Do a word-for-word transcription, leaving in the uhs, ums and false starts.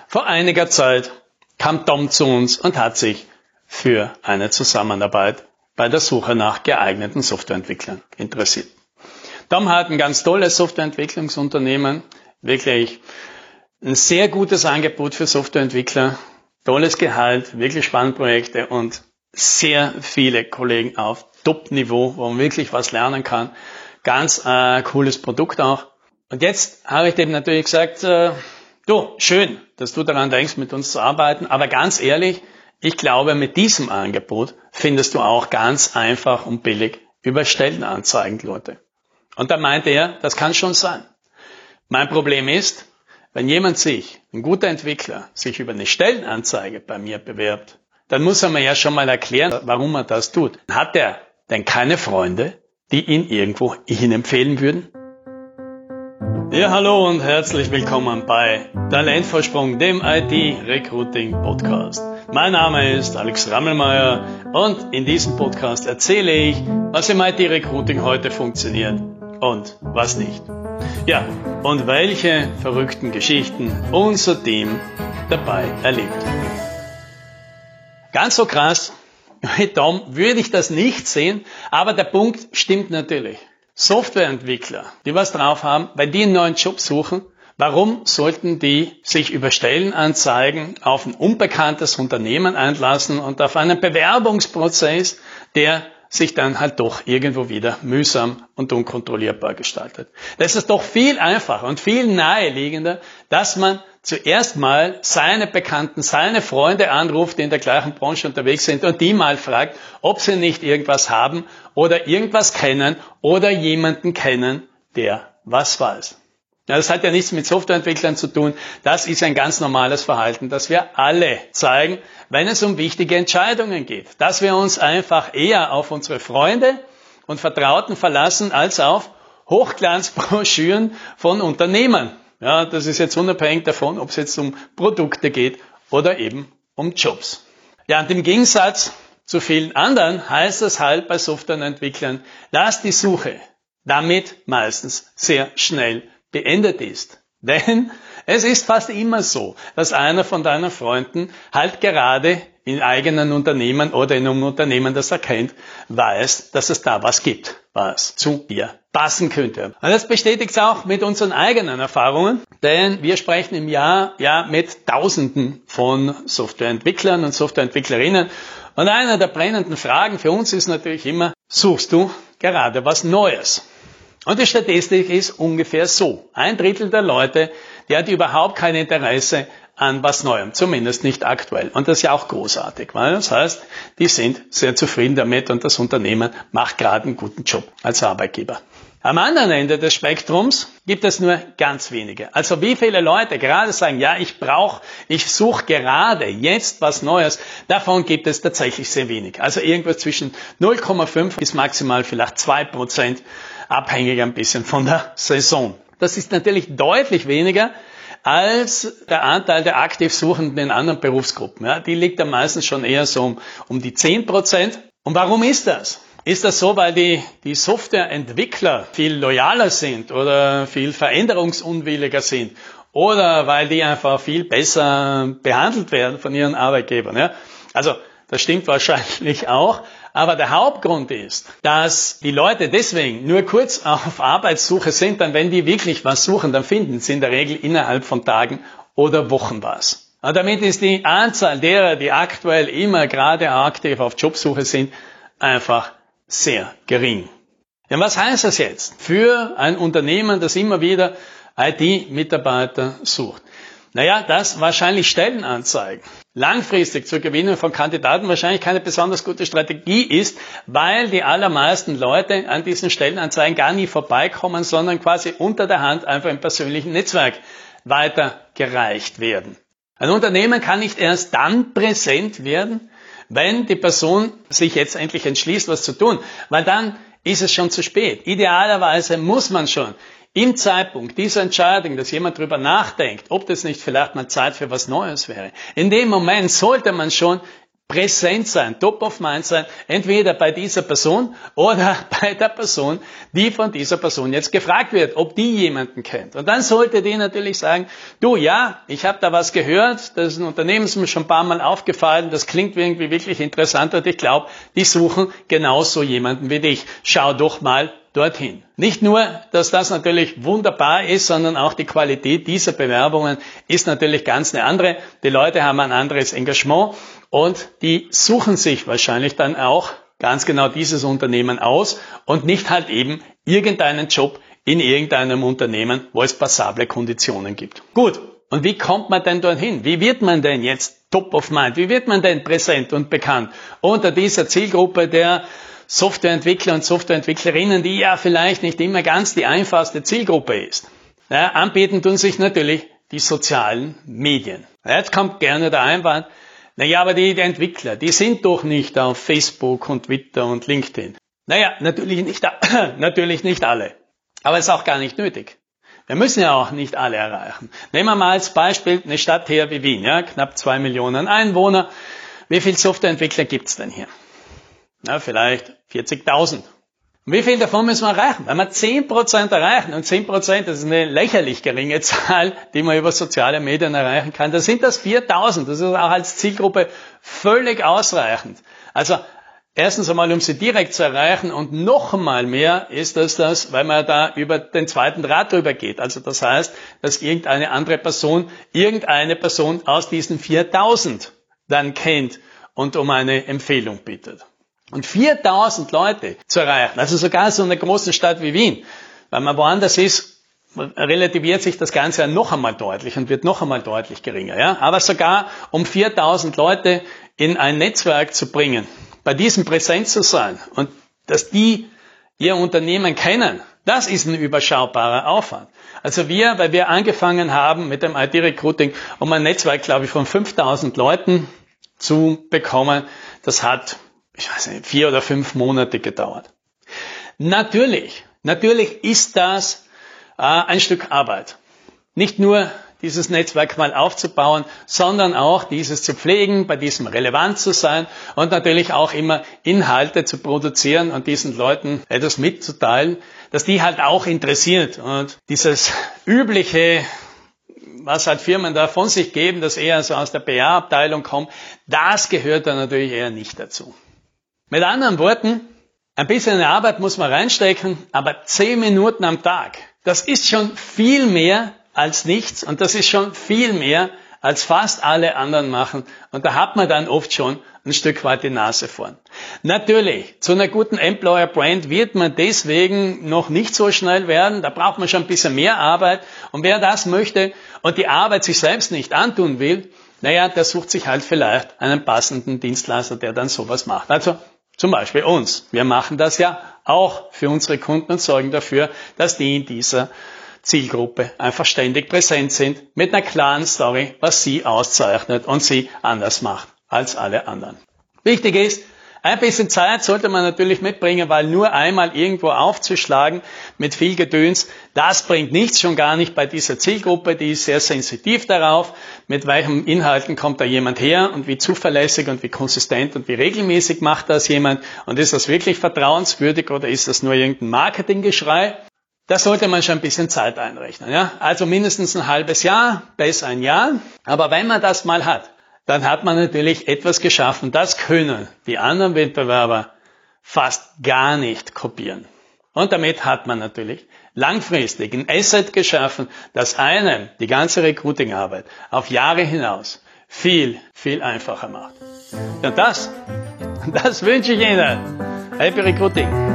Vor einiger Zeit kam Tom zu uns und hat sich für eine Zusammenarbeit bei der Suche nach geeigneten Softwareentwicklern interessiert. Tom hat ein ganz tolles Softwareentwicklungsunternehmen, wirklich ein sehr gutes Angebot für Softwareentwickler, tolles Gehalt, wirklich spannende Projekte und sehr viele Kollegen auf Top-Niveau, wo man wirklich was lernen kann. Ganz äh, cooles Produkt auch. Und jetzt habe ich dem natürlich gesagt, äh, du, schön, dass du daran denkst, mit uns zu arbeiten, aber ganz ehrlich, ich glaube, mit diesem Angebot findest du auch ganz einfach und billig über Stellenanzeigen Leute. Und da meinte er, das kann schon sein. Mein Problem ist, wenn jemand sich, ein guter Entwickler, sich über eine Stellenanzeige bei mir bewirbt, dann muss er mir ja schon mal erklären, warum er das tut. Hat er denn keine Freunde, die ihn irgendwo hin empfehlen würden? Ja, hallo und herzlich willkommen bei Talentvorsprung, dem I T-Recruiting-Podcast. Mein Name ist Alex Rammelmeier und in diesem Podcast erzähle ich, was im I T-Recruiting heute funktioniert und was nicht. Ja, und welche verrückten Geschichten unser Team dabei erlebt. Ganz so krass mit Tom würde ich das nicht sehen, aber der Punkt stimmt natürlich. Softwareentwickler, die was drauf haben, weil die einen neuen Job suchen, warum sollten die sich über Stellenanzeigen auf ein unbekanntes Unternehmen einlassen und auf einen Bewerbungsprozess, der sich dann halt doch irgendwo wieder mühsam und unkontrollierbar gestaltet. Das ist doch viel einfacher und viel naheliegender, dass man zuerst mal seine Bekannten, seine Freunde anruft, die in der gleichen Branche unterwegs sind und die mal fragt, ob sie nicht irgendwas haben oder irgendwas kennen oder jemanden kennen, der was weiß. Ja, das hat ja nichts mit Softwareentwicklern zu tun. Das ist ein ganz normales Verhalten, das wir alle zeigen, wenn es um wichtige Entscheidungen geht. Dass wir uns einfach eher auf unsere Freunde und Vertrauten verlassen, als auf Hochglanzbroschüren von Unternehmen. Ja, das ist jetzt unabhängig davon, ob es jetzt um Produkte geht oder eben um Jobs. Ja, und im Gegensatz zu vielen anderen heißt es halt bei Softwareentwicklern, dass die Suche damit meistens sehr schnell beendet ist. Denn es ist fast immer so, dass einer von deinen Freunden halt gerade in eigenen Unternehmen oder in einem Unternehmen, das er kennt, weiß, dass es da was gibt, was zu dir passen könnte. Und das bestätigt es auch mit unseren eigenen Erfahrungen, denn wir sprechen im Jahr ja mit Tausenden von Softwareentwicklern und Softwareentwicklerinnen. Und eine der brennenden Fragen für uns ist natürlich immer, suchst du gerade was Neues? Und die Statistik ist ungefähr so. Ein Drittel der Leute, die hat überhaupt kein Interesse an was Neuem, zumindest nicht aktuell. Und das ist ja auch großartig, weil das heißt, die sind sehr zufrieden damit und das Unternehmen macht gerade einen guten Job als Arbeitgeber. Am anderen Ende des Spektrums gibt es nur ganz wenige. Also wie viele Leute gerade sagen, ja, ich brauche, ich suche gerade jetzt was Neues, davon gibt es tatsächlich sehr wenig. Also irgendwas zwischen null Komma fünf bis maximal vielleicht zwei Prozent, abhängig ein bisschen von der Saison. Das ist natürlich deutlich weniger als der Anteil der aktiv Suchenden in anderen Berufsgruppen. Ja, die liegt am meisten schon eher so um, um die zehn Prozent. Und warum ist das? Ist das so, weil die, die Softwareentwickler viel loyaler sind oder viel veränderungsunwilliger sind oder weil die einfach viel besser behandelt werden von ihren Arbeitgebern? Ja? Also das stimmt wahrscheinlich auch. Aber der Hauptgrund ist, dass die Leute deswegen nur kurz auf Arbeitssuche sind, dann wenn die wirklich was suchen, dann finden sie in der Regel innerhalb von Tagen oder Wochen was. Und damit ist die Anzahl derer, die aktuell immer gerade aktiv auf Jobsuche sind, einfach sehr gering. Ja, was heißt das jetzt für ein Unternehmen, das immer wieder I T-Mitarbeiter sucht? Naja, dass wahrscheinlich Stellenanzeigen langfristig zur Gewinnung von Kandidaten wahrscheinlich keine besonders gute Strategie ist, weil die allermeisten Leute an diesen Stellenanzeigen gar nie vorbeikommen, sondern quasi unter der Hand einfach im persönlichen Netzwerk weitergereicht werden. Ein Unternehmen kann nicht erst dann präsent werden, wenn die Person sich jetzt endlich entschließt, was zu tun, weil dann ist es schon zu spät. Idealerweise muss man schon im Zeitpunkt dieser Entscheidung, dass jemand drüber nachdenkt, ob das nicht vielleicht mal Zeit für was Neues wäre, in dem Moment sollte man schon präsent sein, top of mind sein, entweder bei dieser Person oder bei der Person, die von dieser Person jetzt gefragt wird, ob die jemanden kennt. Und dann sollte die natürlich sagen, du, ja, ich habe da was gehört, das ist ein Unternehmen, das ist mir schon ein paar Mal aufgefallen, das klingt irgendwie wirklich interessant und ich glaube, die suchen genauso jemanden wie dich. Schau doch mal dorthin. Nicht nur, dass das natürlich wunderbar ist, sondern auch die Qualität dieser Bewerbungen ist natürlich ganz eine andere. Die Leute haben ein anderes Engagement und die suchen sich wahrscheinlich dann auch ganz genau dieses Unternehmen aus und nicht halt eben irgendeinen Job in irgendeinem Unternehmen, wo es passable Konditionen gibt. Gut, und wie kommt man denn dorthin? Wie wird man denn jetzt top of mind? Wie wird man denn präsent und bekannt unter dieser Zielgruppe der Softwareentwickler und Softwareentwicklerinnen, die ja vielleicht nicht immer ganz die einfachste Zielgruppe ist? Ja, anbieten tun sich natürlich die sozialen Medien. Ja, jetzt kommt gerne der Einwand, naja, aber die, die Entwickler, die sind doch nicht auf Facebook und Twitter und LinkedIn. Naja, natürlich nicht, natürlich nicht alle. Aber es ist auch gar nicht nötig. Wir müssen ja auch nicht alle erreichen. Nehmen wir mal als Beispiel eine Stadt her wie Wien, ja, knapp zwei Millionen Einwohner. Wie viele Softwareentwickler gibt's denn hier? Na, vielleicht vierzigtausend. Und wie viel davon müssen wir erreichen? Wenn wir zehn Prozent erreichen, und zehn Prozent, das ist eine lächerlich geringe Zahl, die man über soziale Medien erreichen kann, dann sind das viertausend. Das ist auch als Zielgruppe völlig ausreichend. Also, erstens einmal, um sie direkt zu erreichen und noch einmal mehr ist das das, weil man da über den zweiten Draht drüber geht. Also das heißt, dass irgendeine andere Person, irgendeine Person aus diesen viertausend dann kennt und um eine Empfehlung bittet. Und viertausend Leute zu erreichen, also sogar so eine große Stadt wie Wien, weil man woanders ist, relativiert sich das Ganze ja noch einmal deutlich und wird noch einmal deutlich geringer. Ja? Aber sogar um viertausend Leute in ein Netzwerk zu bringen, bei diesem präsent zu sein und dass die ihr Unternehmen kennen, das ist ein überschaubarer Aufwand. Also wir, weil wir angefangen haben mit dem I T-Recruiting, um ein Netzwerk, glaube ich, von fünftausend Leuten zu bekommen, das hat, ich weiß nicht, vier oder fünf Monate gedauert. Natürlich, natürlich ist das äh, ein Stück Arbeit. Nicht nur dieses Netzwerk mal aufzubauen, sondern auch dieses zu pflegen, bei diesem relevant zu sein und natürlich auch immer Inhalte zu produzieren und diesen Leuten etwas mitzuteilen, dass die halt auch interessiert. Und dieses übliche, was halt Firmen da von sich geben, das eher so aus der P R-Abteilung kommt, das gehört da natürlich eher nicht dazu. Mit anderen Worten, ein bisschen Arbeit muss man reinstecken, aber zehn Minuten am Tag, das ist schon viel mehr als nichts und das ist schon viel mehr, als fast alle anderen machen. Und da hat man dann oft schon ein Stück weit die Nase vorn. Natürlich, zu einer guten Employer Brand wird man deswegen noch nicht so schnell werden. Da braucht man schon ein bisschen mehr Arbeit. Und wer das möchte und die Arbeit sich selbst nicht antun will, naja, der sucht sich halt vielleicht einen passenden Dienstleister, der dann sowas macht. Also zum Beispiel uns. Wir machen das ja auch für unsere Kunden und sorgen dafür, dass die in dieser Zielgruppe einfach ständig präsent sind mit einer klaren Story, was sie auszeichnet und sie anders macht als alle anderen. Wichtig ist, ein bisschen Zeit sollte man natürlich mitbringen, weil nur einmal irgendwo aufzuschlagen mit viel Gedöns, das bringt nichts, schon gar nicht bei dieser Zielgruppe, die ist sehr sensitiv darauf, mit welchen Inhalten kommt da jemand her und wie zuverlässig und wie konsistent und wie regelmäßig macht das jemand und ist das wirklich vertrauenswürdig oder ist das nur irgendein Marketinggeschrei? Da sollte man schon ein bisschen Zeit einrechnen. Ja? Also mindestens ein halbes Jahr, besser ein Jahr, aber wenn man das mal hat, dann hat man natürlich etwas geschaffen. Das können die anderen Wettbewerber fast gar nicht kopieren. Und damit hat man natürlich langfristig ein Asset geschaffen, das einem die ganze Recruiting-Arbeit auf Jahre hinaus viel, viel einfacher macht. Und das, das wünsche ich Ihnen. Happy Recruiting!